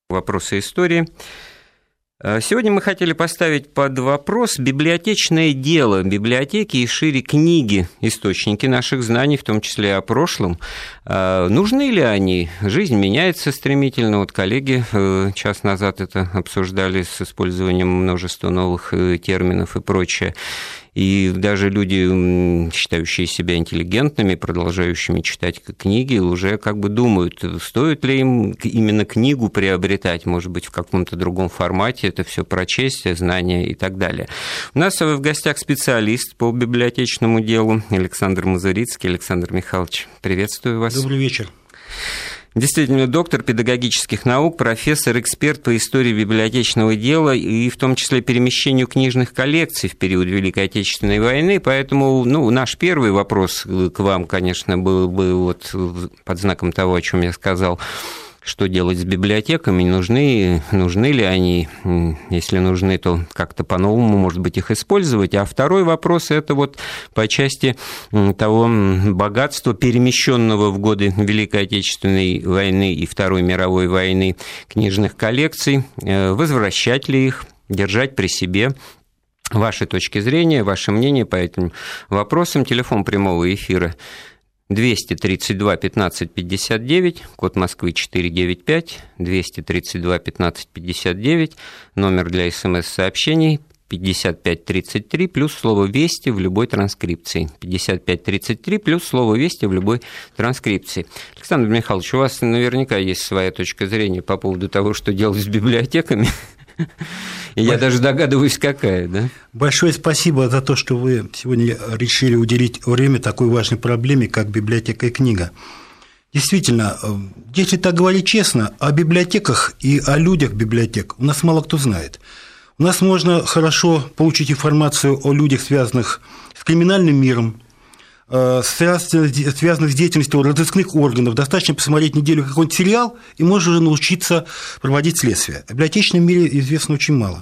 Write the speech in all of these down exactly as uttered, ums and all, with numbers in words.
Вопросы истории. Сегодня мы хотели поставить под вопрос библиотечное дело библиотеки и шире книги, источники наших знаний, в том числе о прошлом. Нужны ли они? Жизнь меняется стремительно. Вот коллеги час назад это обсуждали с использованием множества новых терминов и прочее. И даже люди, считающие себя интеллигентными, продолжающими читать книги, уже как бы думают, стоит ли им именно книгу приобретать, может быть, в каком-то другом формате, это все прочесть, знания и так далее. У нас в гостях специалист по библиотечному делу Александр Мазурицкий. Александр Михайлович, приветствую вас. Добрый вечер. Действительно, доктор педагогических наук, профессор, эксперт по истории библиотечного дела и в том числе перемещению книжных коллекций в период Великой Отечественной войны. Поэтому ну, наш первый вопрос к вам, конечно, был бы вот под знаком того, о чем я сказал. Что делать с библиотеками, нужны, нужны ли они, если нужны, то как-то по-новому, может быть, их использовать. А второй вопрос – это вот по части того богатства, перемещенного в годы Великой Отечественной войны и Второй мировой войны книжных коллекций, возвращать ли их, держать при себе. Ваши точки зрения, ваше мнение по этим вопросам. Телефон прямого эфира двести тридцать два пятнадцать пятьдесят девять, код Москвы четыреста девяносто пять, двести тридцать два пятнадцать пятьдесят девять, номер для СМС-сообщений пятьдесят пять тридцать три, плюс слово «Вести» в любой транскрипции. пятьдесят пять тридцать три, плюс слово «Вести» в любой транскрипции. Александр Михайлович, у вас наверняка есть своя точка зрения по поводу того, что делать с библиотеками. И я даже догадываюсь, какая, да? Большое спасибо за то, что вы сегодня решили уделить время такой важной проблеме, как библиотека и книга. Действительно, если так говорить честно, о библиотеках и о людях библиотек у нас мало кто знает. У нас можно хорошо получить информацию о людях, связанных с криминальным миром, связанных с деятельностью разыскных органов. Достаточно посмотреть неделю какой-нибудь сериал, и можно уже научиться проводить следствие. О библиотечном мире известно очень мало.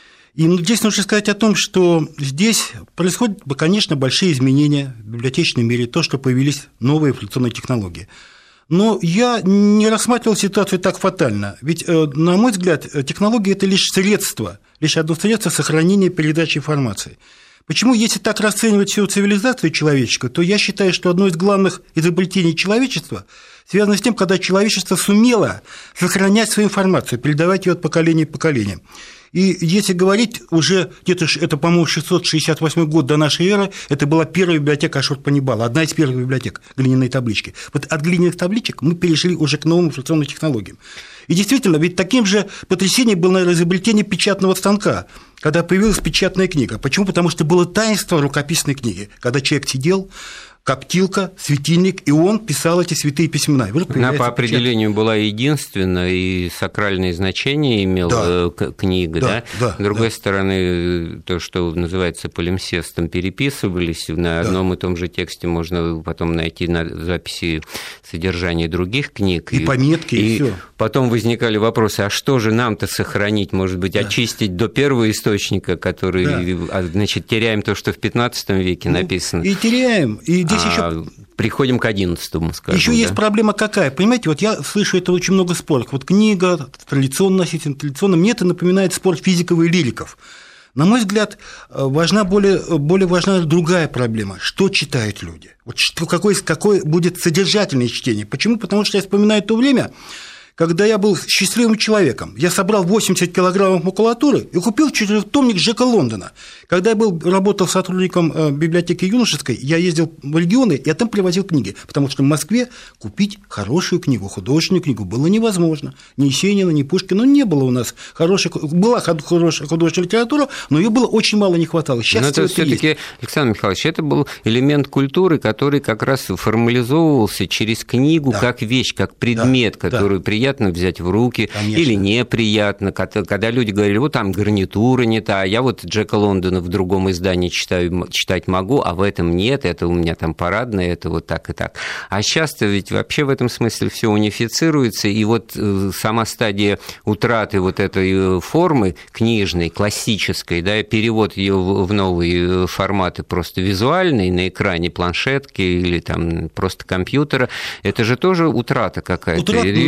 И здесь нужно сказать о том, что здесь происходят, конечно, большие изменения в библиотечном мире, то, что появились новые информационные технологии. Но я не рассматривал ситуацию так фатально, ведь, на мой взгляд, технологии – это лишь средство, лишь одно средство сохранения и передачи информации. Почему, если так расценивать всю цивилизацию человеческую, то я считаю, что одно из главных изобретений человечества связано с тем, когда человечество сумело сохранять свою информацию, передавать ее от поколения к поколению. И если говорить уже где-то, это, по-моему, шестьсот шестьдесят восьмой год до нашей эры, это была первая библиотека Ашурбанипала, одна из первых библиотек, глиняные таблички. Вот от глиняных табличек мы перешли уже к новым информационным технологиям. И действительно, ведь таким же потрясением было, наверное, изобретение печатного станка, когда появилась печатная книга. Почему? Потому что было таинство рукописной книги, когда человек сидел, коптилка, светильник, и он писал эти святые письмена. Она по определению была единственная, и сакральное значение имела да. книга. Да, да? Да, С другой да. стороны, то, что называется полимсестом, переписывались, на одном да. и том же тексте можно потом найти записи содержания других книг. И, и пометки, и, и всё. Потом возникали вопросы, а что же нам-то сохранить? Может быть, да. очистить до первого источника, который, да. значит, теряем то, что в пятнадцатом веке ну, написано. И теряем, и здесь а, еще... Приходим к одиннадцатому, скажем. Еще да? есть проблема какая? Понимаете, вот я слышу это очень много споров. Вот книга, традиционно носитель, традиционно. Мне это напоминает спор физиков и лириков. На мой взгляд, важна более, более важна другая проблема. Что читают люди? Вот что, какое, какое будет содержательное чтение? Почему? Потому что я вспоминаю то время, когда я был счастливым человеком. Я собрал восемьдесят килограммов макулатуры и купил четырехтомник Джека Лондона. Когда я был, работал сотрудником библиотеки юношеской, я ездил в регионы, и я там привозил книги, потому что в Москве купить хорошую книгу, художественную книгу было невозможно. Ни Есенина, ни Пушкина, ну, не было у нас хорошей, была хорошая художественная литература, но ее было очень мало, не хватало. Сейчас но это все-таки, Александр Михайлович, это был элемент культуры, который как раз формализовывался через книгу да. как вещь, как предмет, да. который да. приятно взять в руки, конечно. Или неприятно, когда люди говорили, вот там гарнитура не та, а я вот Джека Лондона в другом издании читаю, читать могу, а в этом нет, это у меня там парадное, это вот так и так. А сейчас-то ведь вообще в этом смысле все унифицируется, и вот сама стадия утраты вот этой формы книжной, классической, да, перевод ее в новые форматы просто визуальные, на экране планшетки или там просто компьютера, это же тоже утрата какая-то. Утрата, ее все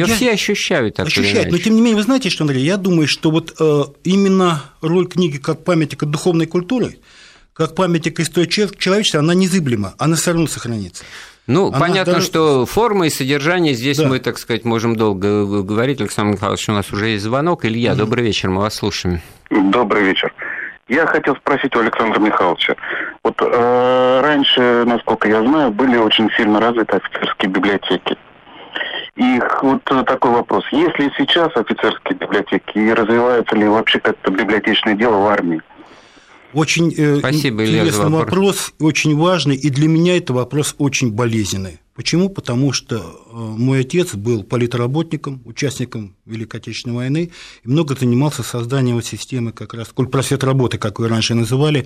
ощущают так или ощущают. иначе. Но, тем не менее, вы знаете, что, Андрей, я думаю, что вот э, именно роль книги как памятника духовной культуры, как памятник истории человечества, она незыблема, она все равно сохранится. Ну, она понятно, даже... что форма и содержание здесь да. мы, так сказать, можем долго говорить. Александр Михайлович, у нас уже есть звонок. Илья, mm-hmm. добрый вечер, мы вас слушаем. Добрый вечер. Я хотел спросить у Александра Михайловича. Вот э, раньше, насколько я знаю, были очень сильно развиты офицерские библиотеки. И вот такой вопрос. Есть ли сейчас офицерские библиотеки и развивается ли вообще как-то библиотечное дело в армии? Очень э, Спасибо, интересный Илья, вопрос. вопрос, очень важный, и для меня это вопрос очень болезненный. Почему? Потому что э, мой отец был политработником, участником Великой Отечественной войны, и много занимался созданием вот системы как раз, культпросветработы, как ее раньше называли,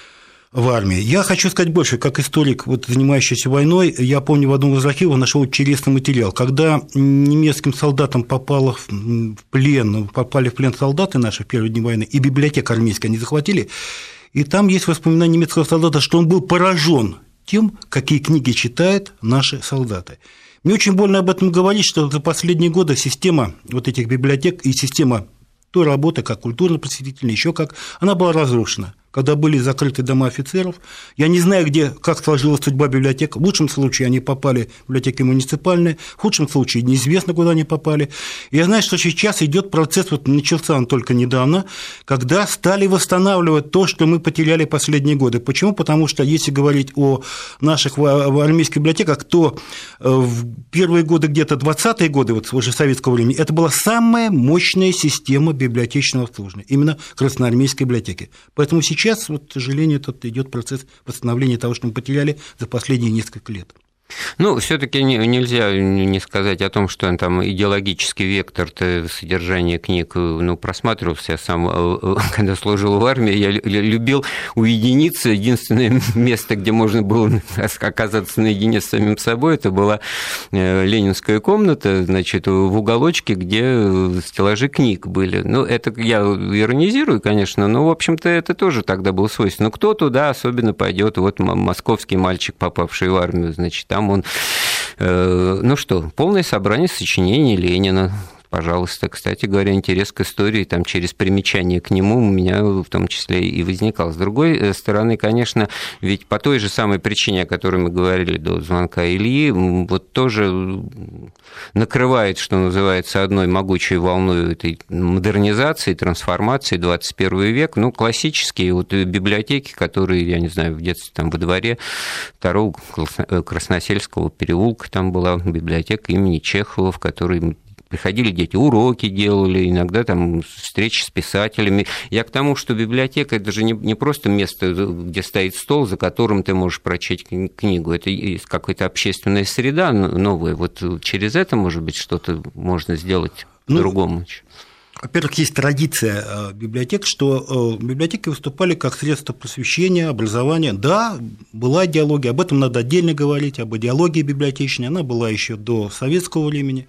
в армии. Я хочу сказать больше, как историк, вот, занимающийся войной, я помню, в одном из архивов нашел интересный материал. Когда немецким солдатам попало в плен, попали в плен солдаты наши в первые дни войны, и библиотеку армейскую они захватили, и там есть воспоминания немецкого солдата, что он был поражен тем, какие книги читают наши солдаты. Мне очень больно об этом говорить, что за последние годы система вот этих библиотек и система той работы, как культурно-просветительная, еще как, она была разрушена. Когда были закрыты дома офицеров, я не знаю, где, как сложилась судьба библиотек. В лучшем случае они попали в библиотеки муниципальные, в худшем случае неизвестно, куда они попали. И я знаю, что сейчас идет процесс, вот начался он только недавно, когда стали восстанавливать то, что мы потеряли последние годы. Почему? Потому что, если говорить о наших армейских библиотеках, то в первые годы, где-то двадцатые годы, вот уже советского времени, это была самая мощная система библиотечного обслуживания, именно красноармейской библиотеки. Поэтому сейчас Сейчас, вот, к сожалению, тут идет процесс восстановления того, что мы потеряли за последние несколько лет. Ну, все-таки нельзя не сказать о том, что там идеологический вектор содержания книг ну, просматривался. Я сам, когда служил в армии, я любил уединиться. Единственное место, где можно было оказаться наедине с самим собой, это была ленинская комната, значит, в уголочке, где стеллажи книг были. Ну, это я иронизирую, конечно, но, в общем-то, это тоже тогда было свойственно. Но кто туда особенно пойдет? Вот московский мальчик, попавший в армию, значит, там он, э, ну что, полное собрание сочинений Ленина. Пожалуйста, кстати говоря, интерес к истории там, через примечание к нему у меня в том числе и возникал. С другой стороны, конечно, ведь по той же самой причине, о которой мы говорили до звонка Ильи, вот тоже накрывает, что называется, одной могучей волной этой модернизации, трансформации двадцать первый век. Ну, классические вот библиотеки, которые, я не знаю, в детстве там во дворе второго Красносельского переулка там была библиотека имени Чехова, в которой приходили дети, уроки делали, иногда там встречи с писателями. Я к тому, что библиотека – это же не, не просто место, где стоит стол, за которым ты можешь прочесть книгу. Это есть какая-то общественная среда новая. Вот через это, может быть, что-то можно сделать ну, по-другому. Во-первых, есть традиция библиотек, что библиотеки выступали как средство просвещения, образования. Да, была идеология, об этом надо отдельно говорить, об идеологии библиотечной. Она была еще до советского времени.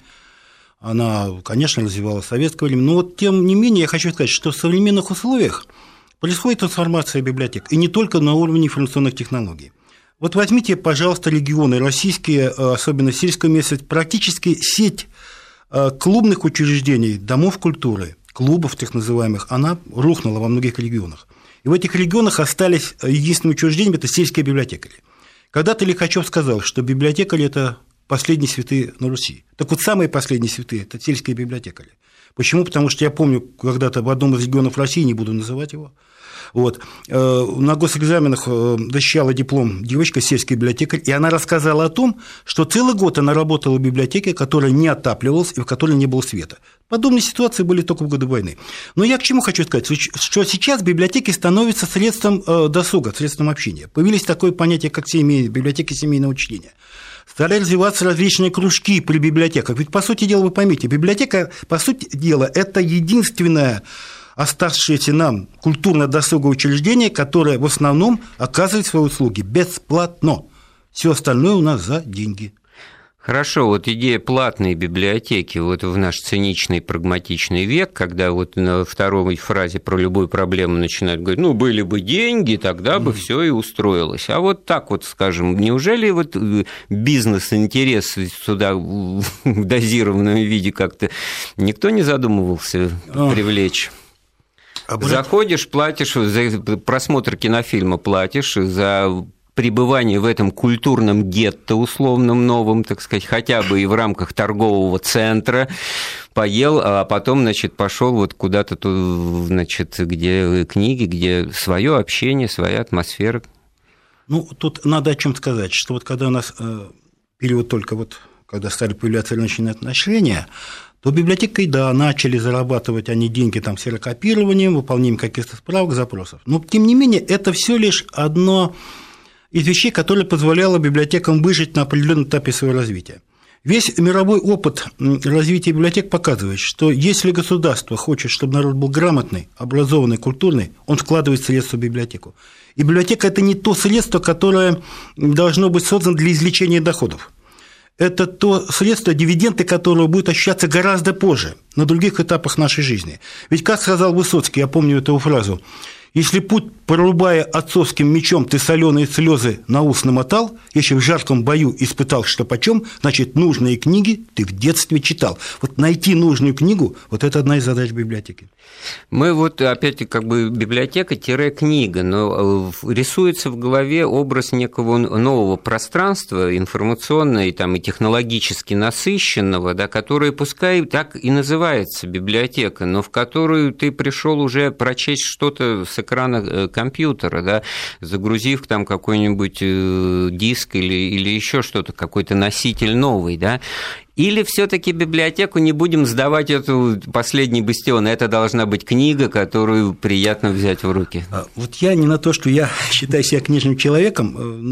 Она, конечно, развивалась в советское время, но вот тем не менее я хочу сказать, что в современных условиях происходит трансформация библиотек, и не только на уровне информационных технологий. Вот возьмите, пожалуйста, регионы российские, особенно сельскую местность, практически сеть клубных учреждений, домов культуры, клубов так называемых, она рухнула во многих регионах. И в этих регионах остались единственным учреждением – это сельские библиотекари. Когда-то Лихачев сказал, что библиотекари – это последние святые на Руси. Так вот, самые последние святые – это сельские библиотекари. Почему? Потому что я помню, когда-то в одном из регионов России, не буду называть его, вот, на госэкзаменах защищала диплом девочка, сельский библиотекарь, и она рассказала о том, что целый год она работала в библиотеке, которая не отапливалась и в которой не было света. Подобные ситуации были только в годы войны. Но я к чему хочу сказать, что сейчас библиотеки становятся средством досуга, средством общения. Появились такое понятие, как семьи, библиотеки семейного чтения. Стали развиваться различные кружки при библиотеках. Ведь, по сути дела, вы поймите, библиотека, по сути дела, это единственное оставшееся нам культурно-досуговое учреждение, которое в основном оказывает свои услуги бесплатно. Все остальное у нас за деньги. Хорошо, вот идея платной библиотеки вот в наш циничный, прагматичный век, когда вот на второй фразе про любую проблему начинают говорить, ну, были бы деньги, тогда бы mm. все и устроилось. А вот так вот, скажем, неужели вот бизнес-интерес сюда в дозированном виде как-то никто не задумывался oh. привлечь? Заходишь, платишь, за просмотр кинофильма платишь, за пребывание в этом культурном гетто условном новом, так сказать, хотя бы и в рамках торгового центра, поел, а потом, значит, пошел вот куда-то, значит, где книги, где свое общение, своя атмосфера. Ну, тут надо о чем сказать, что вот когда у нас период только вот, когда стали появляться рыночные отношения, то библиотекой, да, начали зарабатывать они деньги там ксерокопированием, выполнением каких-то справок, запросов. Но, тем не менее, это все лишь одно из вещей, которое позволяло библиотекам выжить на определенном этапе своего развития. Весь мировой опыт развития библиотек показывает, что если государство хочет, чтобы народ был грамотный, образованный, культурный, он вкладывает средства в библиотеку. И библиотека – это не то средство, которое должно быть создано для извлечения доходов. Это то средство, дивиденды которого будут ощущаться гораздо позже, на других этапах нашей жизни. Ведь, как сказал Высоцкий, я помню эту фразу, «Если путь, прорубая отцовским мечом, ты соленые слезы на ус намотал, если в жарком бою испытал что почем, значит, нужные книги ты в детстве читал». Вот найти нужную книгу – вот это одна из задач библиотеки. Мы вот опять как бы библиотека-книга, но рисуется в голове образ некого нового пространства, информационного и, там, и технологически насыщенного, да, которое пускай так и называется библиотека, но в которую ты пришел уже прочесть что-то с экрана компьютера, да, загрузив там какой-нибудь диск или, или еще что-то, какой-то носитель новый, да. Или все-таки библиотеку не будем сдавать эту последний бастион, это должна быть книга, которую приятно взять в руки? Вот я не на то, что я считаю себя книжным человеком,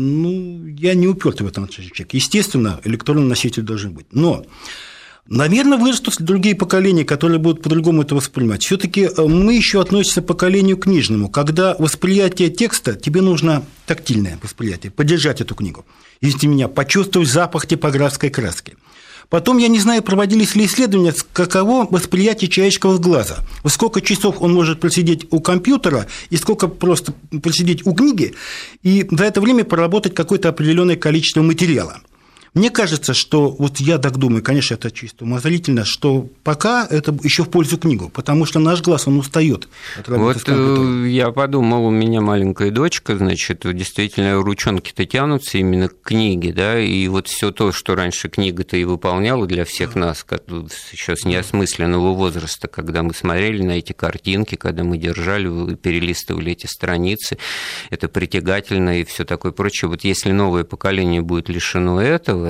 ну, я не упертый в этом человек. Естественно, электронный носитель должен быть. Но, наверное, вырастут другие поколения, которые будут по-другому это воспринимать. Все-таки мы еще относимся к поколению книжному, когда восприятие текста, тебе нужно тактильное восприятие, поддержать эту книгу. Извините меня, почувствовать запах типографской краски. Потом, я не знаю, проводились ли исследования, каково восприятие человеческого глаза. Сколько часов он может просидеть у компьютера и сколько просто просидеть у книги, и за это время поработать какое-то определенное количество материала. Мне кажется, что, вот я так думаю, конечно, это чисто умозрительно, что пока это еще в пользу книгу, потому что наш глаз, он устает от работы с компьютером. Вот я подумал, у меня маленькая дочка, значит, действительно ручонки-то тянутся именно к книге, да, и вот все то, что раньше книга-то и выполняла для всех нас, еще с неосмысленного возраста, когда мы смотрели на эти картинки, когда мы держали, перелистывали эти страницы, это притягательно и все такое прочее. Вот если новое поколение будет лишено этого,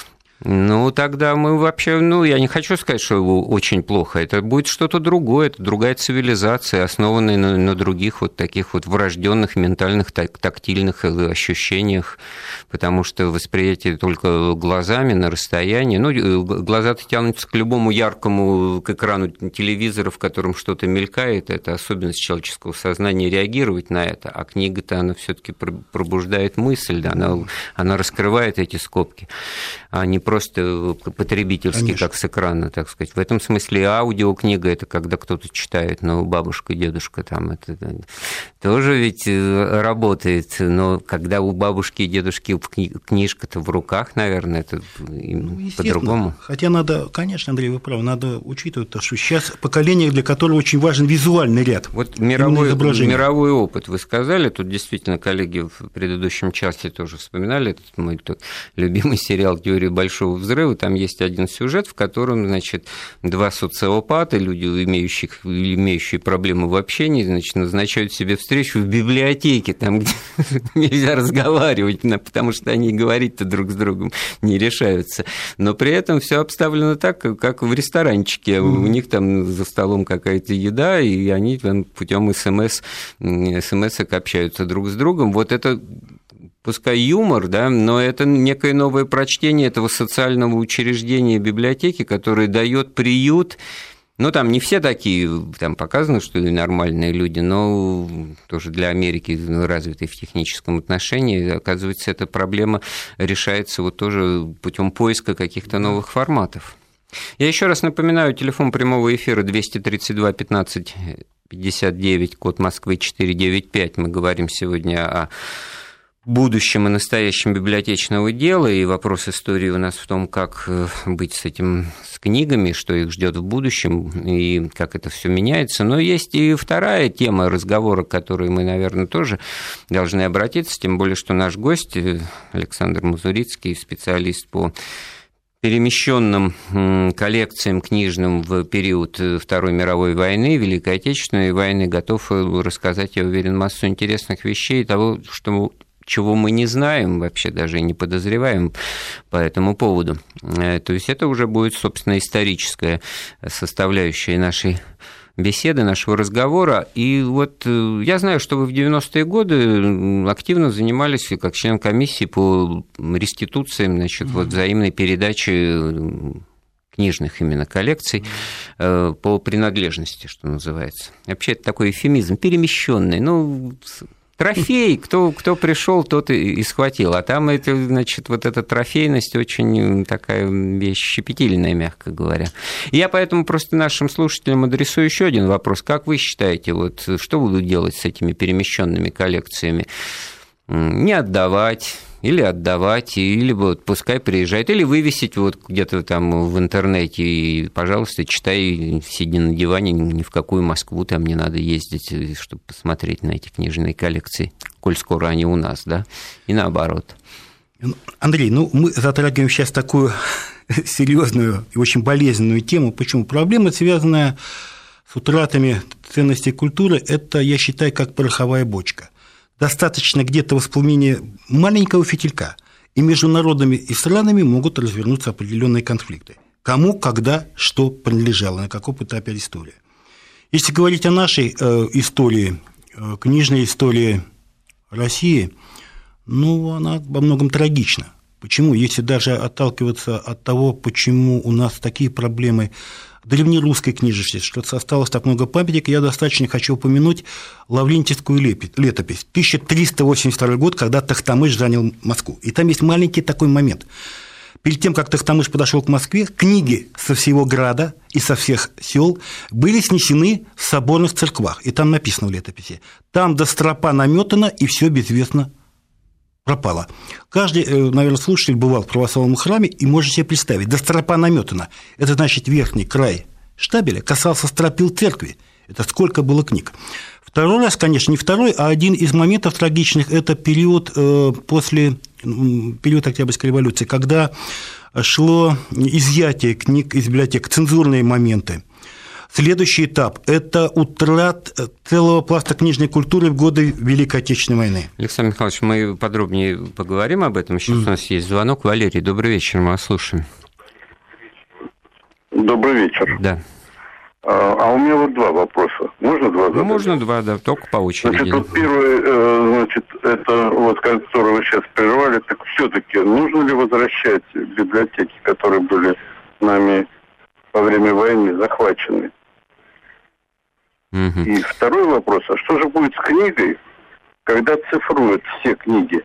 ну, тогда мы вообще, ну, я не хочу сказать, что его очень плохо, это будет что-то другое, это другая цивилизация, основанная на, на других вот таких вот врожденных ментальных тактильных ощущениях, потому что восприятие только глазами на расстоянии, ну, глаза-то тянутся к любому яркому, к экрану телевизора, в котором что-то мелькает, это особенность человеческого сознания реагировать на это, а книга-то, она все-таки пробуждает мысль, да, она, она раскрывает эти скобки, а не просто потребительски, конечно, как с экрана, так сказать. В этом смысле аудиокнига – это когда кто-то читает, но бабушка, дедушка там, это тоже ведь работает, но когда у бабушки и дедушки книжка-то в руках, наверное, это ну, по-другому. Хотя надо, конечно, Андрей, вы правы, надо учитывать то, что сейчас поколение, для которого очень важен визуальный ряд. Вот мировой, мировой опыт вы сказали, тут действительно коллеги в предыдущем часе тоже вспоминали этот мой тот любимый сериал «Теория большого взрыва», там есть один сюжет, в котором, значит, два социопата, люди, имеющие, имеющие проблемы в общении, значит, назначают себе встречу в библиотеке, там, где нельзя разговаривать, потому что они говорить-то друг с другом не решаются. Но при этом все обставлено так, как в ресторанчике. Mm-hmm. У них там за столом какая-то еда, и они там путем СМС, СМС-ок общаются друг с другом. Вот это пускай юмор, да, но это некое новое прочтение этого социального учреждения библиотеки, которое дает приют Ну, там не все такие, там показано, что и нормальные люди, но тоже для Америки, развитой в техническом отношении, оказывается, эта проблема решается вот тоже путем поиска каких-то новых форматов. Я еще раз напоминаю, телефон прямого эфира двести тридцать два пятнадцать пятьдесят девять, код Москвы четыреста девяносто пять. Мы говорим сегодня о будущем и настоящем библиотечного дела, и вопрос истории у нас в том, как быть с этим, с книгами, что их ждет в будущем, и как это все меняется. Но есть и вторая тема разговора, к которой мы, наверное, тоже должны обратиться, тем более, что наш гость Александр Мазурицкий, специалист по перемещенным коллекциям книжным в период Второй мировой войны, Великой Отечественной войны, готов рассказать, я уверен, массу интересных вещей, того, что чего мы не знаем, вообще даже и не подозреваем по этому поводу. То есть это уже будет, собственно, историческая составляющая нашей беседы, нашего разговора. И вот я знаю, что вы в девяностые годы активно занимались как член комиссии по реституциям, значит, mm-hmm. вот взаимной передачи книжных именно коллекций по принадлежности, что называется. Вообще это такой эвфемизм, перемещенный. Ну, трофей, кто, кто пришел, тот и, и схватил. А там, это, значит, вот эта трофейность очень такая вещь щепетильная, мягко говоря. И я поэтому просто нашим слушателям адресую еще один вопрос. Как вы считаете, вот, что будут делать с этими перемещенными коллекциями? Не отдавать или отдавать, или вот пускай приезжает, или вывесить вот где-то там в интернете, и, пожалуйста, читай, сидя на диване, ни в какую Москву там не надо ездить, чтобы посмотреть на эти книжные коллекции, коль скоро они у нас, да, и наоборот. Андрей, ну мы затрагиваем сейчас такую серьезную и очень болезненную тему. Почему? Проблема, связанная с утратами ценностей культуры, это, я считаю, как пороховая бочка. Достаточно где-то воспламенения маленького фитилька, и между народами и странами могут развернуться определенные конфликты. Кому, когда, что принадлежало, на каком этапе истории. Если говорить о нашей э, истории, э, книжной истории России, ну, она во многом трагична. Почему? Если даже отталкиваться от того, почему у нас такие проблемы древнерусской книжности, что осталось так много памятников, я достаточно хочу упомянуть Лаврентьевскую летопись, тысяча триста восемьдесят второй год, когда Тохтамыш занял Москву. И там есть маленький такой момент. Перед тем, как Тохтамыш подошел к Москве, книги со всего града и со всех сел были снесены в соборных церквах. И там написано в летописи: там до стропа наметано, и все безвестно пропало. Каждый, наверное, слушатель бывал в православном храме и может себе представить: до стропа наметано. Это значит, верхний край штабеля касался стропил церкви. Это сколько было книг. Второй раз, конечно, не второй, а один из моментов трагичных – это период э, после период Октябрьской революции, когда шло изъятие книг из библиотек, цензурные моменты. Следующий этап – это утрат целого пласта книжной культуры в годы Великой Отечественной войны. Александр Михайлович, мы подробнее поговорим об этом. Сейчас mm. у нас есть звонок. Валерий, добрый вечер, мы вас слушаем. Добрый вечер. Да. А, а у меня вот два вопроса. Можно два задать? Ну, можно два, да, только по очереди. Значит, вот первый, значит, это вот, который вы сейчас прервали, так все-таки нужно ли возвращать библиотеки, которые были нами во время войны захвачены? Угу. И второй вопрос, а что же будет с книгой, когда цифруют все книги?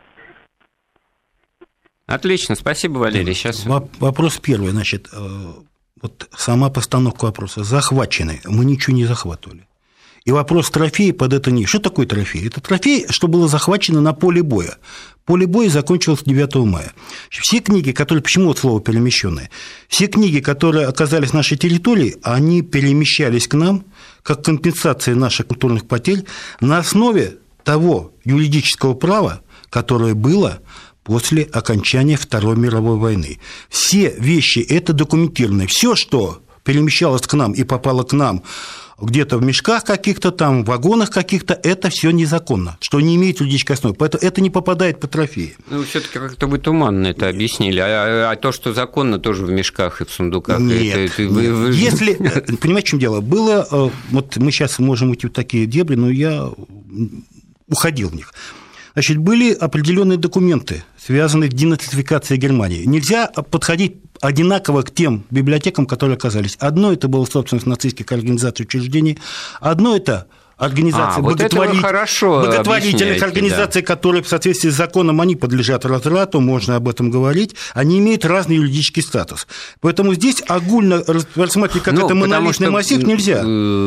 Отлично, спасибо, Валерий. Сейчас... Вопрос первый, значит, вот сама постановка вопроса. Захвачены, мы ничего не захватывали. И вопрос трофея под это не... Что такое трофей? Это трофей, что было захвачено на поле боя. Поле боя закончилось девятого мая. Все книги, которые... Почему вот слово «перемещенные»? Все книги, которые оказались на нашей территории, они перемещались к нам как компенсация наших культурных потерь на основе того юридического права, которое было после окончания Второй мировой войны. Все вещи это документированы. Все, что перемещалось к нам и попало к нам где-то в мешках каких-то там, в вагонах каких-то, это все незаконно, что не имеет юридической основы. Поэтому это не попадает под трофеи. Ну, все-таки как-то вы туманно это объяснили. А, а то, что законно, тоже в мешках и в сундуках. Нет. Это, это, вы, вы... Если, понимаете, в чем дело? Было, вот мы сейчас можем уйти в такие дебри, но я уходил в них. Значит, были определенные документы, связанные с денацификацией Германии. Нельзя подходить одинаково к тем библиотекам, которые оказались. Одно это было собственность нацистских организаций и учреждений, одно это организации, а, благотворитель... вот благотворительных организаций, да. которые в соответствии с законом, они подлежат разрату, можно об этом говорить, они имеют разный юридический статус. Поэтому здесь огульно рассматривать как ну, это монолитный массив нельзя.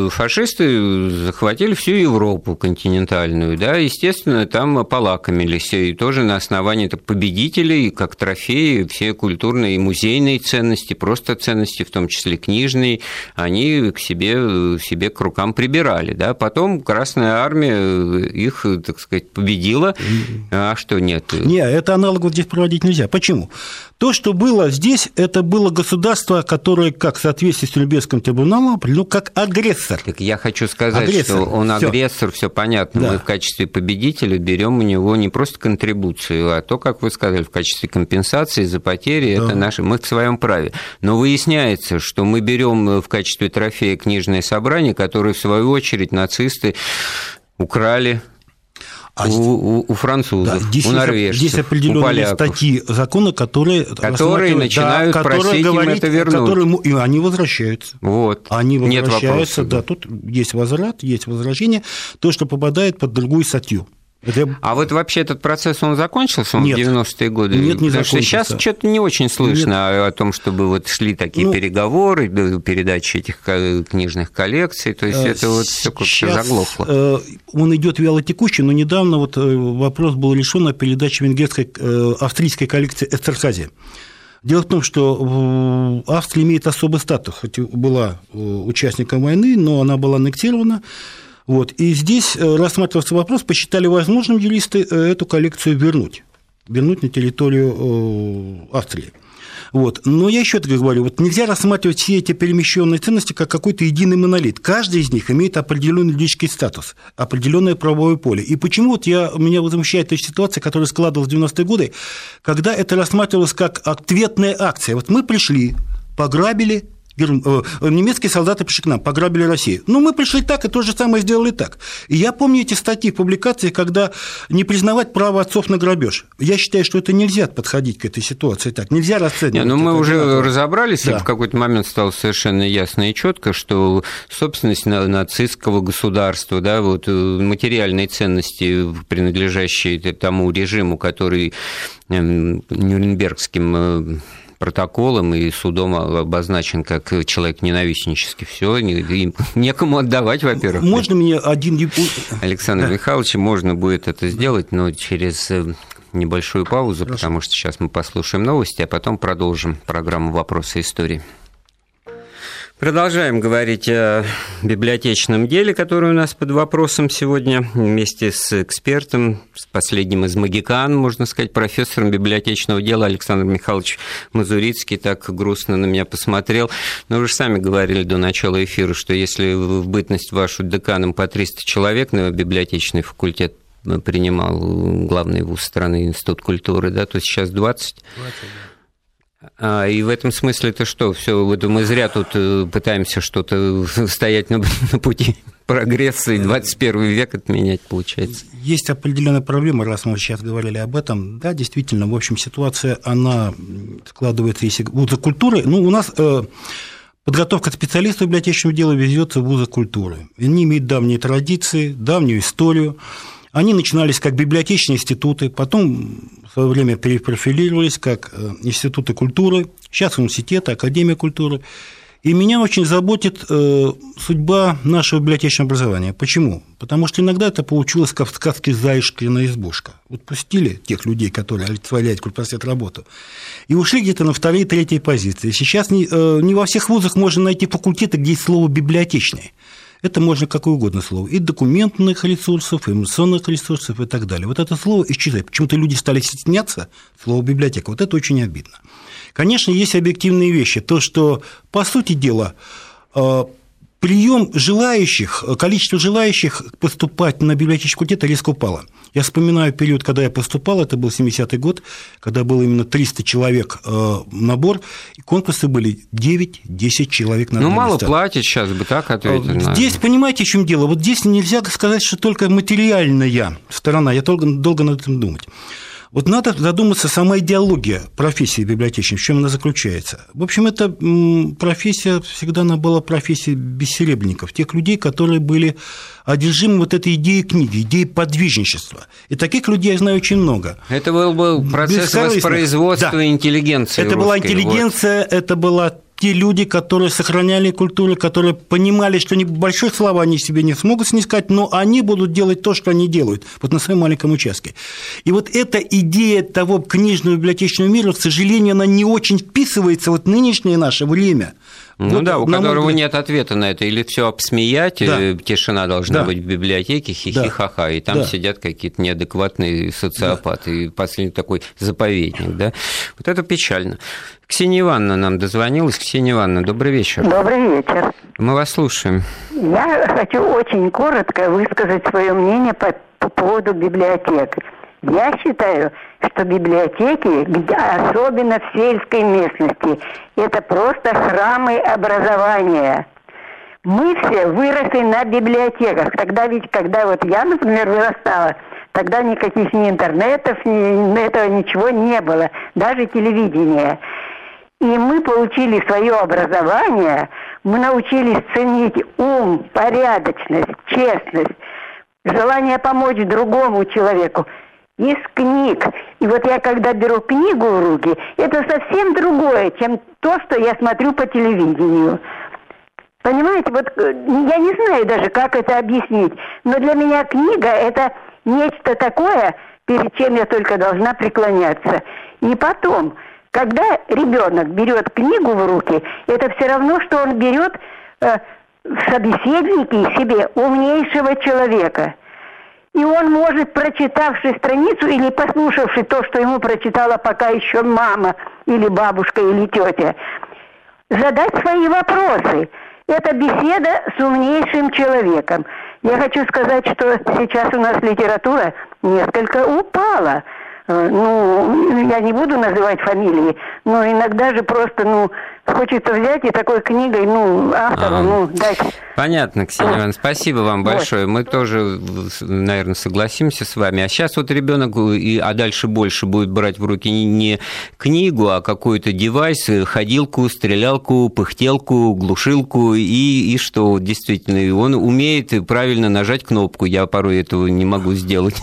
Фашисты захватили всю Европу континентальную, да, естественно, там полакомились, и тоже на основании победителей, как трофеи, все культурные и музейные ценности, просто ценности, в том числе книжные, они к себе, себе к рукам прибирали, да, потом Потом Красная Армия их, так сказать, победила, а что нет? Не, это аналогов здесь проводить нельзя. Почему? То, что было здесь, это было государство, которое, как в соответствии с Нюрнбергским трибуналом, определено как агрессор. Так я хочу сказать, агрессор. что он Всё. агрессор, все понятно. Да. Мы в качестве победителя берем у него не просто контрибуцию, а то, как вы сказали, в качестве компенсации за потери, да. это наше, мы в своем праве. Но выясняется, что мы берем в качестве трофея книжное собрание, которое, в свою очередь, нацисты украли а у, у, у французов, да, у норвежцев, здесь определенные статьи закона, которые, которые начинают да, просить им это вернуть. Которые, и они возвращаются. Вот. Они возвращаются, да, тут есть возврат, есть возвращение, то, что попадает под другую статью. Это... А вот вообще этот процесс, он закончился он Нет. в девяностые годы? Нет, не Потому закончился. что сейчас что-то не очень слышно Нет. о том, чтобы вот шли такие ну, переговоры, передачи этих книжных коллекций, то есть это вот все как-то заглохло. Он идет вялотекущий, но недавно вот вопрос был решен о передаче венгерской, австрийской коллекции Эстерхази. Дело в том, что Австрия имеет особый статус, хоть и была участником войны, но она была аннексирована. Вот. И здесь рассматривался вопрос, посчитали возможным юристы эту коллекцию вернуть, вернуть на территорию Австрии. Вот. Но я еще так говорю, вот нельзя рассматривать все эти перемещенные ценности как какой-то единый монолит. Каждый из них имеет определенный юридический статус, определенное правовое поле. И почему вот я, меня возмущает эта ситуация, которая складывалась в девяностые годы, когда это рассматривалось как ответная акция. Вот мы пришли, пограбили, немецкие солдаты пришли к нам, пограбили Россию. Ну, мы пришли так, и то же самое сделали так. И я помню эти статьи в публикации, когда не признавать право отцов на грабеж. Я считаю, что это нельзя подходить к этой ситуации так. Нельзя расценивать. Не, ну, мы уже одинаково. разобрались, да. и в какой-то момент стало совершенно ясно и четко, что собственность нацистского государства, да, вот материальные ценности, принадлежащие тому режиму, который Нюрнбергским протоколом и судом обозначен как человек ненавистнический. Все, им некому отдавать, во-первых. Можно мне один... Александр да. Михайлович, можно будет это сделать, но через небольшую паузу, Хорошо. потому что сейчас мы послушаем новости, а потом продолжим программу «Вопросы истории». Продолжаем говорить о библиотечном деле, которое у нас под вопросом сегодня, вместе с экспертом, с последним из магикан, можно сказать, профессором библиотечного дела Александр Михайлович Мазурицкий так грустно на меня посмотрел. Но вы же сами говорили до начала эфира, что если в бытность вашу деканом по триста человек на библиотечный факультет принимал главный вуз страны, Институт культуры, да, то сейчас двадцать. двадцать да. А, и в этом смысле это что? Все, вот мы зря тут пытаемся что-то стоять на, на пути прогресса и двадцать первый век отменять, получается. Есть определенная проблема, раз мы сейчас говорили об этом. Да, действительно, в общем, ситуация, она складывается, если вузы культуры. Ну, у нас э, подготовка специалистов библиотечного дела везется в вузы культуры. Они имеют давние традиции, давнюю историю. Они начинались как библиотечные институты, потом в свое время перепрофилировались как институты культуры, сейчас университеты, академия культуры. И меня очень заботит судьба нашего библиотечного образования. Почему? Потому что иногда это получилось как в сказке «Заюшкина избушка». Вот пустили тех людей, которые олицетворяют культпросвет работу, и ушли где-то на вторые, третьи позиции. Сейчас не, не во всех вузах можно найти факультеты, где есть слово «библиотечный». Это можно какое угодно слово. И документных ресурсов, и информационных ресурсов, и так далее. Вот это слово исчезает. Почему-то люди стали стесняться слова «библиотека». Вот это очень обидно. Конечно, есть объективные вещи. То, что, по сути дела, прием желающих, количество желающих поступать на библиотечный факультет резко упало. Я вспоминаю период, когда я поступал, это был семидесятый год, когда было именно триста человек набор, и конкурсы были девять-десять человек на Ну, мало места. платят сейчас бы, так ответили. Здесь, понимаете, в чем дело? Вот здесь нельзя сказать, что только материальная сторона, я долго, долго над этим думать. Вот надо задуматься, сама идеология профессии библиотечника, в чем она заключается. В общем, эта профессия всегда она была профессией бессеребренников, тех людей, которые были одержимы вот этой идеей книги, идеей подвижничества. И таких людей я знаю очень много. Это был, был процесс воспроизводства да. интеллигенции. Это русской, была интеллигенция, вот. Это была те люди, которые сохраняли культуру, которые понимали, что больших слав они себе не смогут снискать, но они будут делать то, что они делают, вот на своем маленьком участке. И вот эта идея того книжного библиотечного мира, к сожалению, она не очень вписывается в вот нынешнее наше время. Ну вот, да, у которого взгляд... нет ответа на это. Или все обсмеять, да. тишина должна да. быть в библиотеке, хихи-ха-ха, да. и там да. сидят какие-то неадекватные социопаты, да. и последний такой заповедник. Да? Вот это печально. Ксения Ивановна нам дозвонилась. Ксения Ивановна, добрый вечер. Добрый вечер. Мы вас слушаем. Я хочу очень коротко высказать свое мнение по, по поводу библиотек. Я считаю, что библиотеки, где, особенно в сельской местности, это просто храмы образования. Мы все выросли на библиотеках. Тогда ведь, когда вот я, например, вырастала, тогда никаких ни интернетов, ни этого ничего не было, даже телевидения. И мы получили свое образование, мы научились ценить ум, порядочность, честность, желание помочь другому человеку из книг. И вот я когда беру книгу в руки, это совсем другое, чем то, что я смотрю по телевидению. Понимаете, вот я не знаю даже, как это объяснить, но для меня книга – это нечто такое, перед чем я только должна преклоняться. И потом, когда ребенок берет книгу в руки, это все равно, что он берет э, в собеседнике себе умнейшего человека. И он может, прочитавший страницу или послушавший то, что ему прочитала пока еще мама или бабушка или тетя, задать свои вопросы. Это беседа с умнейшим человеком. Я хочу сказать, что сейчас у нас литература несколько упала. Ну, я не буду называть фамилии, но иногда же просто, ну, хочется взять и такой книгой, ну, автору, а, ну, дать... Понятно, Ксения Ивановна, спасибо вам вот. большое. Мы тоже, наверное, согласимся с вами. А сейчас вот ребенок, а дальше больше будет брать в руки не книгу, а какой-то девайс, ходилку, стрелялку, пыхтелку, глушилку, и, и что, действительно, он умеет правильно нажать кнопку. Я порой этого не могу сделать.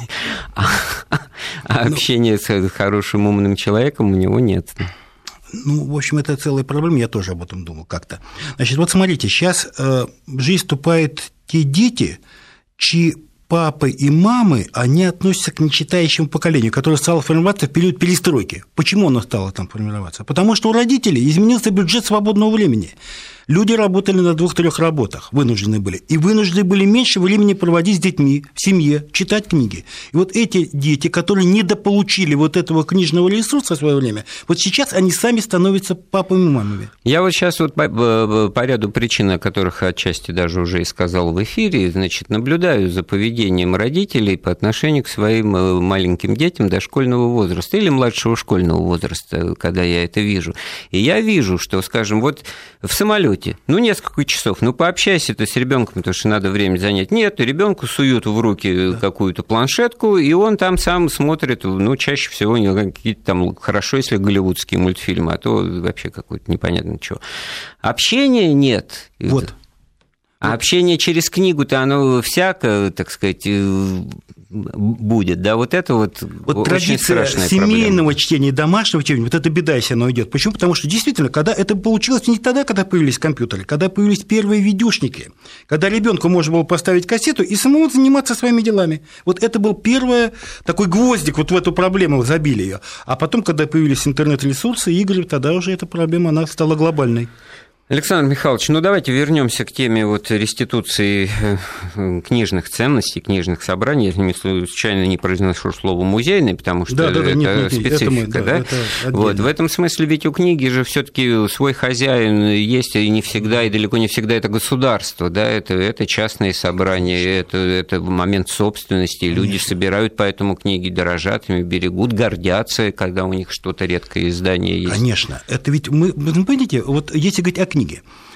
А общение с хорошим умным человеком у него нет. Ну, в общем, это целая проблема, я тоже об этом думал как-то. Значит, вот смотрите, сейчас э, в жизнь вступают те дети, чьи папы и мамы, они относятся к нечитающему поколению, которое стало формироваться в период перестройки. Почему оно стало там формироваться? Потому что у родителей изменился бюджет свободного времени. Люди работали на двух-трех работах, вынуждены были, и вынуждены были меньше времени проводить с детьми, в семье, читать книги. И вот эти дети, которые недополучили вот этого книжного ресурса в свое время, вот сейчас они сами становятся папами и мамами. Я вот сейчас вот по, по ряду причин, о которых отчасти даже уже и сказал в эфире, значит, наблюдаю за поведением родителей по отношению к своим маленьким детям дошкольного возраста или младшего школьного возраста, когда я это вижу. И я вижу, что, скажем, вот в самолете, ну, несколько часов, ну, пообщайся ты с ребенком, потому что надо время занять. Нет, ребенку суют в руки да. какую-то планшетку, и он там сам смотрит, ну, чаще всего какие-то там, хорошо, если голливудские мультфильмы, а то вообще какое-то непонятно чего. Общения нет. Вот. А общение через книгу-то оно всяко, так сказать, будет, да, вот это вот, вот традиция семейного проблема. Чтения, домашнего чтения, вот эта беда, если она уйдет. Почему? Потому что действительно, когда это получилось не тогда, когда появились компьютеры, когда появились первые видюшники, когда ребенку можно было поставить кассету и самому заниматься своими делами. Вот это был первый такой гвоздик вот в эту проблему, забили ее. А потом, когда появились интернет-ресурсы, игры, тогда уже эта проблема, она стала глобальной. Александр Михайлович, ну давайте вернемся к теме вот реституции книжных ценностей, книжных собраний. Я случайно не произношу слово «музейный», потому что да, да, да, это нет, нет, специфика. Это мы, да, да? Это вот, в этом смысле ведь у книги же все-таки свой хозяин есть, и не всегда, и далеко не всегда это государство, да, это, это частные собрания, это, это момент собственности, люди Конечно. собирают поэтому книги, дорожат ими, берегут, гордятся, когда у них что-то редкое издание есть. Конечно, это ведь мы, вы понимаете, вот если говорить о книге.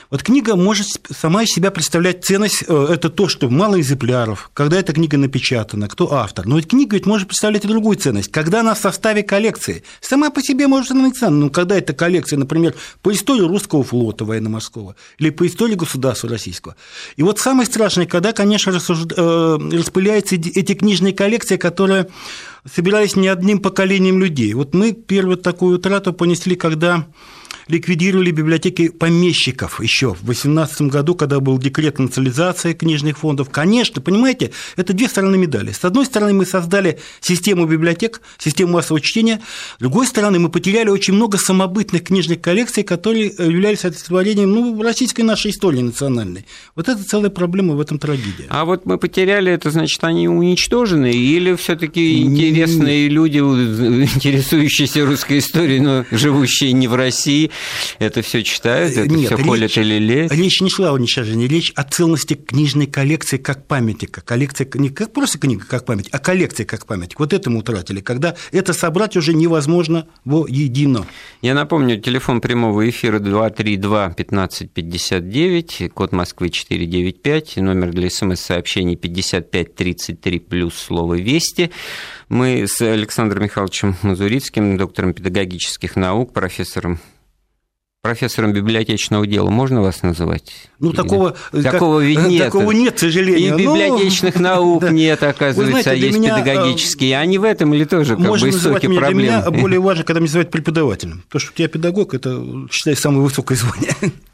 Вот книга может сама из себя представлять ценность, это то, что мало экземпляров, когда эта книга напечатана, кто автор. Но ведь книга ведь может представлять и другую ценность, когда она в составе коллекции. Сама по себе может она быть ценна, но когда это коллекция, например, по истории русского флота военно-морского или по истории государства российского. И вот самое страшное, когда, конечно, распыляются эти книжные коллекции, которые собирались не одним поколением людей. Вот мы первую такую утрату понесли, когда ликвидировали библиотеки помещиков еще в восемнадцатом году, когда был декрет национализации книжных фондов. Конечно, понимаете, это две стороны медали. С одной стороны, мы создали систему библиотек, систему массового чтения. С другой стороны, мы потеряли очень много самобытных книжных коллекций, которые являлись олицетворением ну, российской нашей истории национальной. Вот это целая проблема, в этом трагедия. А вот мы потеряли, это значит, они уничтожены? Или все-таки интересные люди, интересующиеся русской историей, но живущие не в России, это все читают, это все холят и лелеют? Речь не шла о уничтожении, речь о целостности книжной коллекции как памятника. Коллекция не как просто книга как память, а коллекция как памятник. Вот это мы утратили, когда это собрать уже невозможно воедино. Я напомню, телефон прямого эфира два три два пятнадцать пятьдесят девять, код Москвы четыреста девяносто пять, номер для смс-сообщений пятьдесят пять тридцать три плюс слово «Вести». Мы с Александром Михайловичем Мазурицким, доктором педагогических наук, профессором Профессором библиотечного дела можно вас называть? Ну, такого, такого, как, нет. такого нет, к сожалению. И библиотечных но... наук да. нет, оказывается, знаете, а есть меня... педагогические. Они в этом или тоже как можно бы истоки проблемы? Для меня более важно, когда меня называют преподавателем. То, что у тебя педагог, это, считай, самое высокое звание.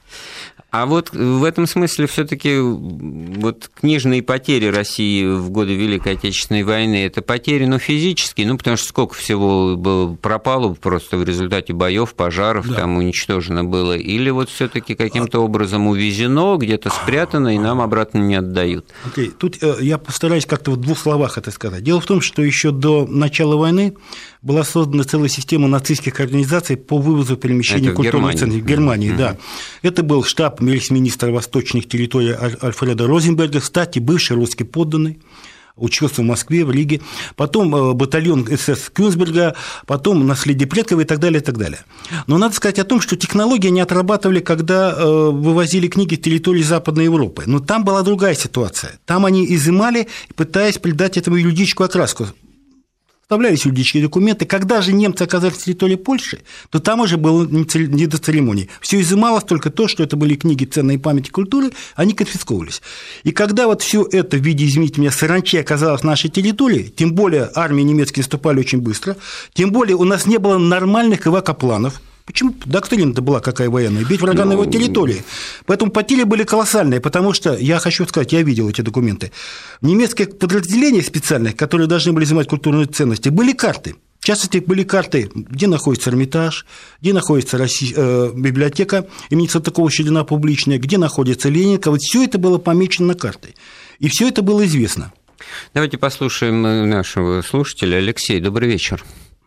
А вот в этом смысле все-таки вот книжные потери России в годы Великой Отечественной войны – это потери, ну, физические, ну, потому что сколько всего было, пропало просто в результате боев, пожаров, да. там уничтожено было, или вот все-таки каким-то образом увезено, где-то спрятано, и нам обратно не отдают? Okay. Тут я постараюсь как-то в двух словах это сказать. Дело в том, что еще до начала войны была создана целая система нацистских организаций по вывозу перемещения культурных ценностей в Германии. Mm-hmm. Да. Это был штаб министра восточных территорий Альфреда Розенберга, кстати, бывший русский подданный, учился в Москве, в Риге, потом батальон эс-эс Кёнигсберга, потом наследие предков и так далее, и так далее. Но надо сказать о том, что технологии не отрабатывали, когда вывозили книги с территории Западной Европы. Но там была другая ситуация. Там они изымали, пытаясь придать этому юридическую окраску. Вставлялись юридические документы. Когда же немцы оказались на территории Польши, то там уже было не до церемоний. Все изымалось только то, что это были книги ценной памяти культуры, они конфисковывались. И когда вот все это в виде, извините меня, саранчи оказалось в нашей территории, тем более армии немецкие наступали очень быстро, тем более у нас не было нормальных эвакопланов. Почему? Доктрина-то была какая военная, бить врага ну... на его территории. Поэтому потери были колоссальные, потому что, я хочу сказать, я видел эти документы, в немецких подразделениях специальных, которые должны были занимать культурные ценности, были карты. В частности, были карты, где находится Эрмитаж, где находится Россия, э, библиотека имени Салтыкова-Щедрина публичная, где находится Ленинка. Вот все это было помечено на карте. И все это было известно. Давайте послушаем нашего слушателя. Алексей, добрый вечер.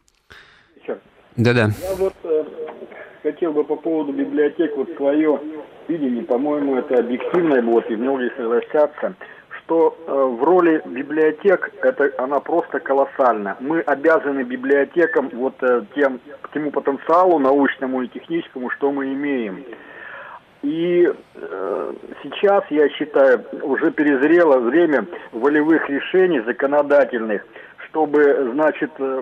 Вечер. Да-да. Я вот э, хотел бы по поводу библиотек, вот свое видение, по-моему, это объективное, вот, и многие согласятся, что э, в роли библиотек это она просто колоссальна. Мы обязаны библиотекам вот э, тем, тему потенциалу научному и техническому, что мы имеем. И э, сейчас, я считаю, уже перезрело время волевых решений законодательных, чтобы, значит, э,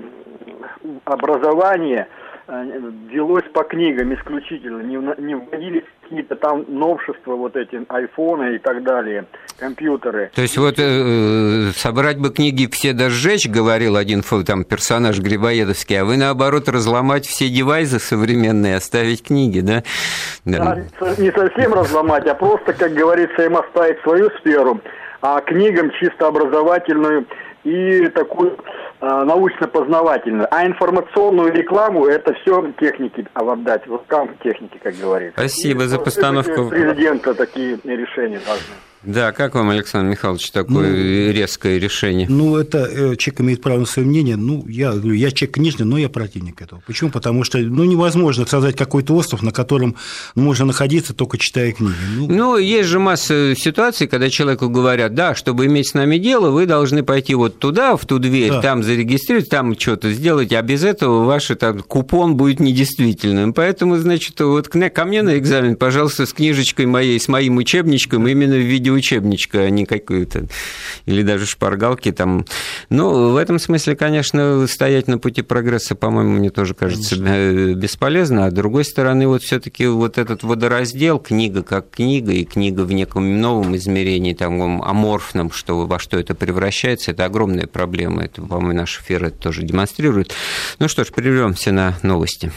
образование велось по книгам исключительно, не, не вводились какие-то там новшества, вот эти айфоны и так далее, компьютеры. То есть вот э, собрать бы книги все да сжечь, говорил один там персонаж Грибоедовский, а вы наоборот разломать все девайсы современные, оставить книги, да? Да. А, не совсем разломать, а просто, как говорится, им оставить свою сферу, а книгам чисто образовательную и такую э, научно-познавательную. А информационную рекламу это все техники отдать, вот там техники, как говорится. Спасибо и, за постановку. Президента такие решения должны. Да, как вам, Александр Михайлович, такое ну, резкое решение? Ну, это э, человек имеет право на свое мнение. Ну, я говорю, я человек книжный, но я противник этого. Почему? Потому что ну, невозможно создать какой-то остров, на котором можно находиться, только читая книги. Ну, ну, есть же масса ситуаций, когда человеку говорят, да, чтобы иметь с нами дело, вы должны пойти вот туда, в ту дверь, да. там зарегистрировать, там что-то сделать, а без этого ваш там, купон будет недействительным. Поэтому, значит, вот ко мне на экзамен, пожалуйста, с книжечкой моей, с моим учебничком, именно в виде учебничка, а не какую-то, или даже шпаргалки там. Ну, в этом смысле, конечно, стоять на пути прогресса, по-моему, мне тоже кажется конечно. бесполезно. А с другой стороны, вот все-таки вот этот водораздел, книга как книга, и книга в неком новом измерении, там, аморфном, что, во что это превращается, это огромная проблема. Это, по-моему, наш эфир это тоже демонстрирует. Ну что ж, прервемся на новости.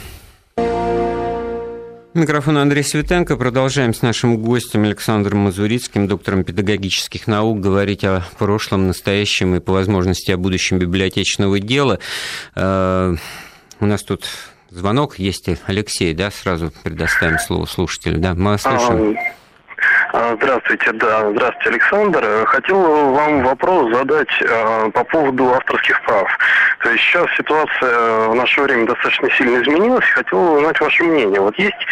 Микрофон Андрей Светенко. Продолжаем с нашим гостем Александром Мазурицким, доктором педагогических наук, говорить о прошлом, настоящем и, по возможности, о будущем библиотечного дела. У нас тут звонок есть. Алексей, да, сразу предоставим слово слушателю. Да, мы вас слушаем. Здравствуйте, да, здравствуйте, Александр. Хотел вам вопрос задать э, по поводу авторских прав. То есть сейчас ситуация в наше время достаточно сильно изменилась. Хотел узнать ваше мнение. Вот есть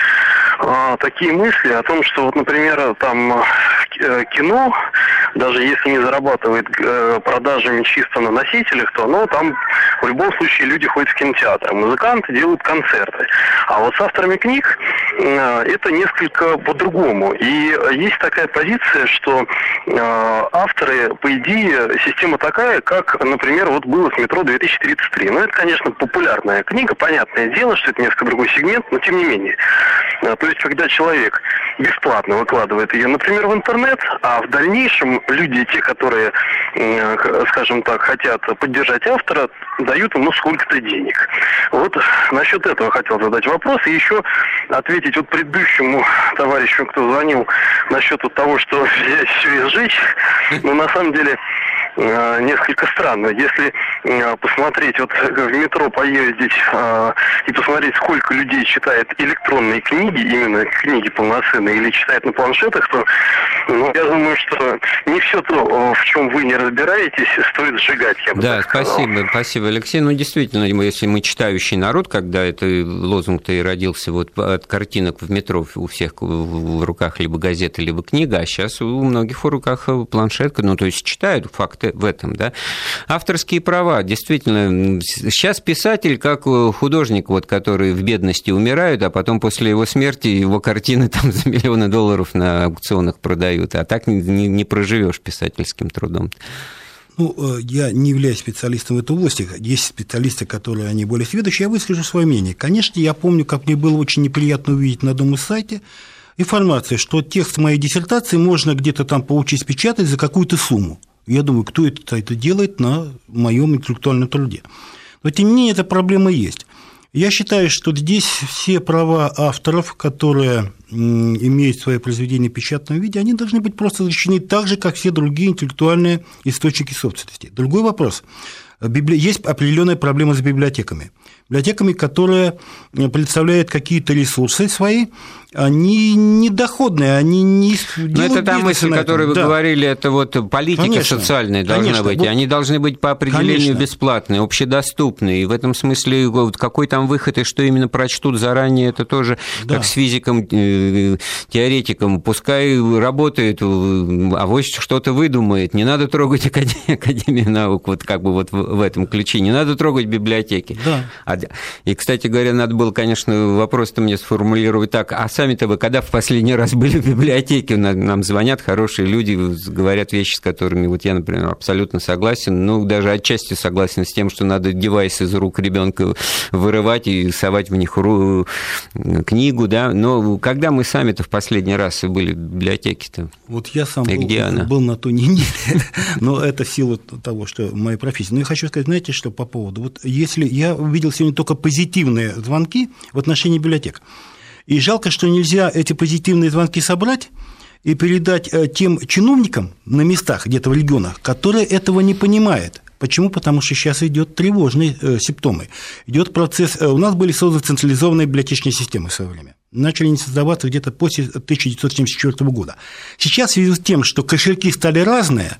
э, такие мысли о том, что, вот, например, там э, кино, даже если не зарабатывает э, продажами чисто на носителях, то оно там в любом случае люди ходят в кинотеатр, музыканты делают концерты. А вот с авторами книг э, это несколько по-другому. И есть такая позиция, что э, авторы, по идее, система такая, как, например, вот было с «Метро две тысячи тридцать три». Ну, это, конечно, популярная книга, понятное дело, что это несколько другой сегмент, но тем не менее. Э, то есть, когда человек бесплатно выкладывает ее, например, в интернет, а в дальнейшем люди, те, которые, э, скажем так, хотят поддержать автора, дают ему сколько-то денег. Вот насчет этого хотел задать вопрос и еще ответить вот предыдущему товарищу, кто звонил, насчет вот того, что взять все и сжечь, но на самом деле э, несколько странно. Если э, посмотреть, вот в метро поездить э, и посмотреть, сколько людей читает электронные книги, именно книги полноценные, или читает на планшетах, то ну, я думаю, что не все то, в чем вы не разбираетесь, стоит сжигать, я бы да, так сказал. спасибо, спасибо, Алексей. Ну, действительно, если мы читающий народ, когда это лозунг-то и родился вот от картинок в метро у всех в руках либо газета, либо книга, а сейчас у многих в руках планшетка, ну, то есть читают факты в этом, да. Авторские права, действительно, сейчас писатель как художник, вот, который в бедности умирает, а потом после его смерти его картины там за миллионы долларов на аукционах продают, а так не, не, не проживешь писательским трудом. Ну, я не являюсь специалистом в этой области, есть специалисты, которые они более сведущие, я выскажу свое мнение. Конечно, я помню, как мне было очень неприятно увидеть на одном из сайтов информация, что текст моей диссертации можно где-то там получить, спечатать за какую-то сумму. Я думаю, кто это, это делает на моем интеллектуальном труде. Но, тем не менее, эта проблема есть. Я считаю, что здесь все права авторов, которые имеют свои произведения в печатном виде, они должны быть просто защищены так же, как все другие интеллектуальные источники собственности. Другой вопрос. Есть определенная проблема с библиотеками. Библиотеками, которые представляют какие-то ресурсы свои, они недоходные, они не Но это та мысль, о которой вы да. говорили, это вот политика конечно, социальная должна конечно. быть. Вот, они должны быть по определению конечно. бесплатные, общедоступные. И в этом смысле вот какой там выход и что именно прочтут заранее, это тоже да. как с физиком, теоретиком. Пускай работает, авось что-то выдумает. Не надо трогать Академию наук, вот как бы вот в этом ключе. Не надо трогать библиотеки. Да. И, кстати говоря, надо было, конечно, вопрос-то мне сформулировать так, а сами-то вы когда в последний раз были в библиотеке? Нам звонят хорошие люди, говорят вещи, с которыми вот я, например, абсолютно согласен, ну, даже отчасти согласен с тем, что надо девайс из рук ребенка вырывать и совать в них книгу, да, но когда мы сами-то в последний раз были в библиотеке-то? Вот я сам и был, где она? был на той неделе, но это в силу того, что моя профессия. Но я хочу сказать, знаете, что по поводу, вот если я увидел сегодня только позитивные звонки в отношении библиотек, и жалко, что нельзя эти позитивные звонки собрать и передать тем чиновникам на местах, где-то в регионах, которые этого не понимают. Почему? Потому что сейчас идет тревожные симптомы. Идет процесс. У нас были созданы централизованные библиотечные системы в свое время. начали они создаваться где-то после тысяча девятьсот семьдесят четвёртого года. Сейчас в связи с тем, что кошельки стали разные,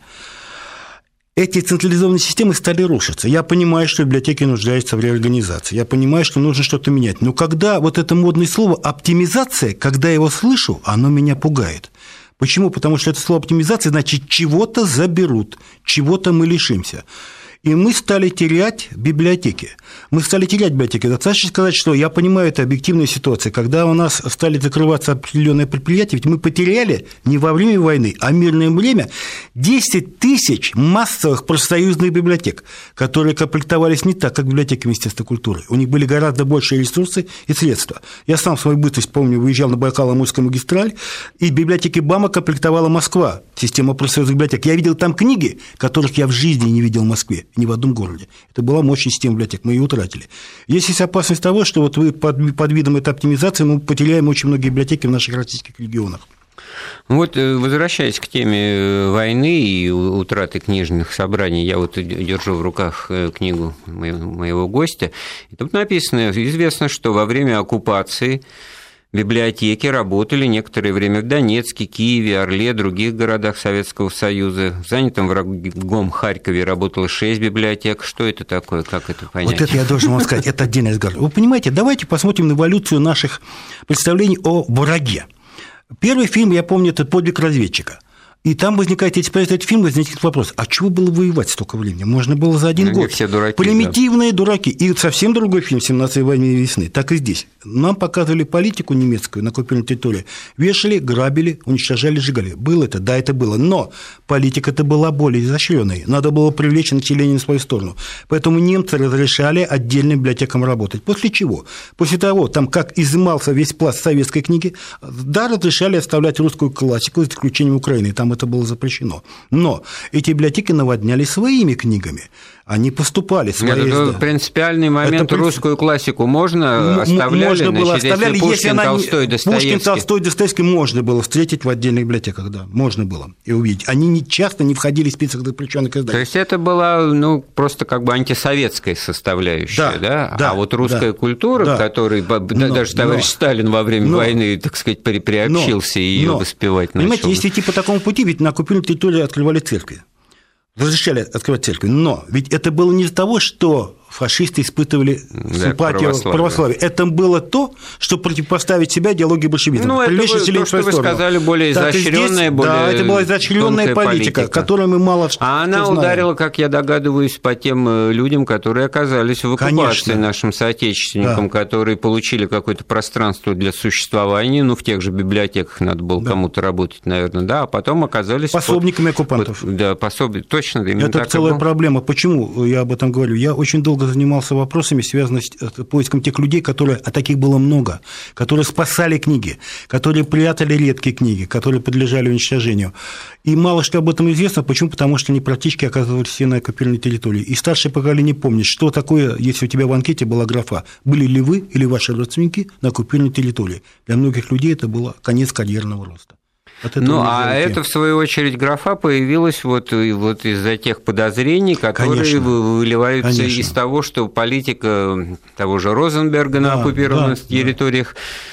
эти централизованные системы стали рушиться. Я понимаю, что библиотеки нуждаются в реорганизации. Я понимаю, что нужно что-то менять. Но когда вот это модное слово «оптимизация», когда я его слышу, оно меня пугает. Почему? Потому что это слово «оптимизация» значит, чего-то заберут, чего-то мы лишимся. И мы стали терять библиотеки. Мы стали терять библиотеки. Достаточно сказать, что я понимаю, это объективная ситуация. Когда у нас стали закрываться определенные предприятия, ведь мы потеряли не во время войны, а в мирное время десять тысяч массовых профсоюзных библиотек, которые комплектовались не так, как библиотеки Министерства культуры. У них были гораздо большие ресурсы и средства. Я сам в свою бытность, помню, выезжал на Байкало-Амурскую магистраль, и библиотеки БАМа комплектовала Москва, система профсоюзных библиотек. Я видел там книги, которых я в жизни не видел в Москве. Ни в одном городе. Это была мощная система библиотек, мы ее утратили. Есть, есть опасность того, что вот вы под, под видом этой оптимизации мы потеряем очень многие библиотеки в наших российских регионах. Вот, возвращаясь к теме войны и утраты книжных собраний, я вот держу в руках книгу моего гостя, и тут написано, известно, что во время оккупации библиотеки работали некоторое время в Донецке, Киеве, Орле, других городах Советского Союза. В занятом врагом Харькове работало шесть библиотек. Что это такое? Как это понять? Вот это я должен вам сказать, это отдельный разговор. Вы понимаете, давайте посмотрим на эволюцию наших представлений о враге. Первый фильм, я помню, это «Подвиг разведчика». И там возникает, если посмотреть этот фильм, возникает вопрос, а чего было воевать столько времени? Можно было за один Они год. Все дураки, примитивные да. дураки. И совсем другой фильм «семнадцать войны и весны». Так и здесь. Нам показывали политику немецкую на оккупированной территории. Вешали, грабили, уничтожали, сжигали. Было это? Да, это было. Но политика-то была более изощренной. Надо было привлечь население на свою сторону. Поэтому немцы разрешали отдельным библиотекам работать. После чего? После того, там, как изымался весь пласт советской книги, да, разрешали оставлять русскую классику, за исключением Украины. Там это было запрещено. Но эти библиотеки наводняли своими книгами. Они поступали. Свои, Нет, это да. принципиальный момент. Это русскую классику можно оставляли? Можно было значит, оставляли, если Пушкин, если она... Толстой, Достоевский. Пушкин, Толстой, Достоевский можно было встретить в отдельных библиотеках, да, можно было и увидеть. Они не, часто не входили в список запрещенных изданий. То есть это была, ну, просто как бы антисоветская составляющая, да? Да, да? А вот русская да, культура, да. которой но, даже товарищ но, Сталин во время но, войны, так сказать, приобщился но, и ее но, воспевать начал. Понимаете, если идти по такому пути, ведь на оккупированной территории открывали церкви. Разрешали открывать церкви, но ведь это было не из-за того, что фашисты испытывали да, симпатию к православию. Это было то, чтобы противопоставить себя идеологии большевизма. Ну, это вы, то, что вы сказали, более изощренная, более да, это была изощренная политика, политика, которую мы мало что А она знаем. Ударила, как я догадываюсь, по тем людям, которые оказались в оккупации, Конечно. Нашим соотечественникам, да. которые получили какое-то пространство для существования, ну, в тех же библиотеках надо было да. кому-то работать, наверное, да, а потом оказались... Пособниками под, оккупантов. Под, да, пособниками, точно. Именно это так целая проблема. Почему я об этом говорю? Я очень долго занимался вопросами, связанными с поиском тех людей, которые, а таких было много, которые спасали книги, которые прятали редкие книги, которые подлежали уничтожению. И мало что об этом известно. Почему? Потому что они практически оказывались все на оккупированной территории. И старшее поколение помнит, что такое, если у тебя в анкете была графа, были ли вы или ваши родственники на оккупированной территории. Для многих людей это был конец карьерного роста. Ну, а это, в свою очередь, графа появилась вот, вот из-за тех подозрений, которые Конечно. выливаются Конечно. из того, что политика того же Розенберга да, на оккупированных да, территориях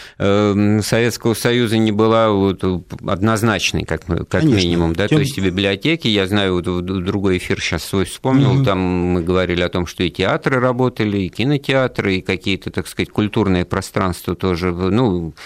да. Советского Союза не была вот однозначной, как, как минимум. Да? Тем... То есть библиотеки, я знаю, вот другой эфир сейчас свой вспомнил, угу. там мы говорили о том, что и театры работали, и кинотеатры, и какие-то, так сказать, культурные пространства тоже, ну,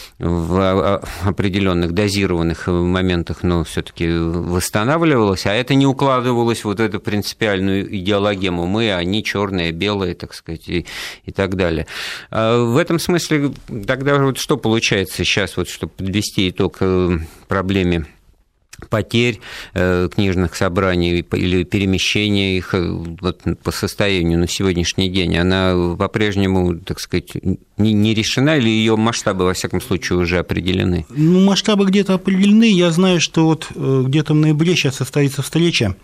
в определенных дозированных моментах, но все-таки восстанавливалось, а это не укладывалось вот в эту принципиальную идеологему мы, они черные, белые, так сказать, и, и так далее. В этом смысле тогда вот что получается сейчас, вот, чтобы подвести итог проблеме потерь э, книжных собраний или перемещения их вот, по состоянию на сегодняшний день, она по-прежнему, так сказать, не, не решена или ее масштабы, во всяком случае, уже определены? Ну, масштабы где-то определены. Я знаю, что вот где-то в ноябре сейчас состоится встреча,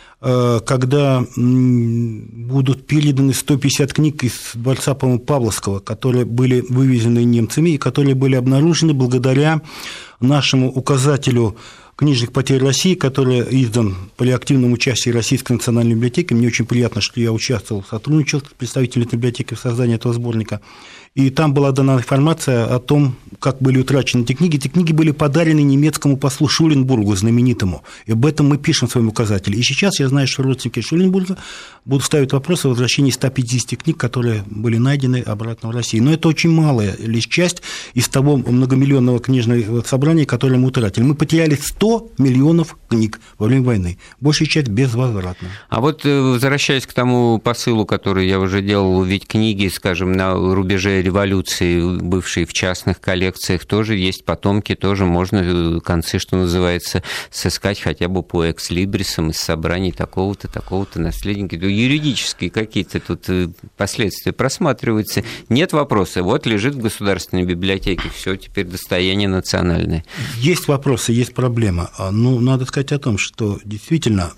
когда будут переданы сто пятьдесят книг из дворца, по-моему, Павловского, которые были вывезены немцами и которые были обнаружены благодаря нашему указателю книжных потерь России, который издан при активном участии Российской национальной библиотеки. Мне очень приятно, что я участвовал, сотрудничал с представителями этой библиотеки в создании этого сборника. и там была дана информация о том, как были утрачены эти книги. Эти книги были подарены немецкому послу Шуленбургу, знаменитому. И об этом мы пишем в своем указателе. И сейчас я знаю, что родственники Шуленбурга будут ставить вопрос о возвращении ста пятидесяти книг, которые были найдены обратно в России. Но это очень малая лишь часть из того многомиллионного книжного собрания, которое мы утратили. Мы потеряли сто миллионов книг во время войны. Большая часть безвозвратна. А вот возвращаясь к тому посылу, который я уже делал, ведь книги, скажем, на рубеже революции, бывшие в частных коллекциях, тоже есть потомки, тоже можно концы, что называется, сыскать хотя бы по экслибрисам из собраний такого-то, такого-то наследника. Юридические какие-то тут последствия просматриваются. Нет вопроса. Вот лежит в Государственной библиотеке, все теперь достояние национальное. Есть вопросы, есть проблема. Ну, надо сказать о том, что действительно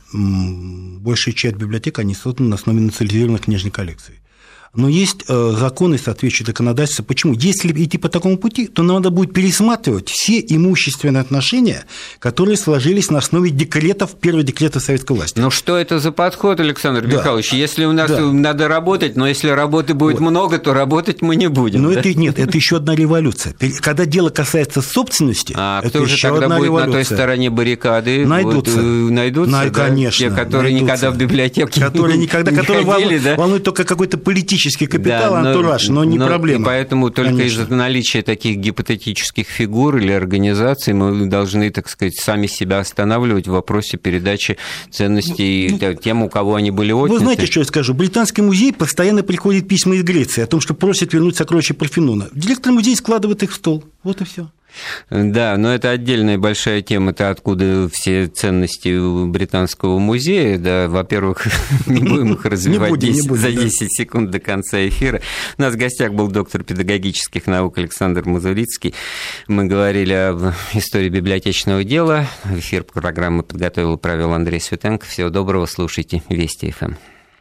большая часть библиотек, они созданы на основе национализированных книжных коллекций. Но есть законы, соответствующие законодательству. Почему? Если идти по такому пути, то надо будет пересматривать все имущественные отношения, которые сложились на основе декретов, первых декретов советской власти. Ну, что это за подход, Александр да. Михайлович? Если у нас да. надо работать, но если работы будет вот. много, то работать мы не будем. Но да? это нет, это еще одна революция. Когда дело касается собственности, а это кто же еще тогда одна будет революция. на той стороне баррикады? Найдутся. Вот, найдутся, На, да? Конечно. Те, которые найдутся. никогда в библиотеке которые никогда, не которые ходили, волнуют, да? волнуют только какой-то политический капитал, да, антураж, но, но не но, проблема. И поэтому только конечно. из-за наличия таких гипотетических фигур или организаций мы должны, так сказать, сами себя останавливать в вопросе передачи ценностей ну, тем, у кого они были отняты. Вы знаете, что я скажу? Британский музей постоянно приходят письма из Греции о том, что просят вернуть сокровища Парфенона. Директор музея складывает их в стол. Вот и все. Да, но это отдельная большая тема, это откуда все ценности британского музея, да, во-первых, не будем их развивать за десять секунд до конца эфира. У нас в гостях был доктор педагогических наук Александр Мазурицкий. Мы говорили об истории библиотечного дела. Эфир программы подготовил и провел Андрей Светенко. Всего доброго, слушайте Вести эф эм.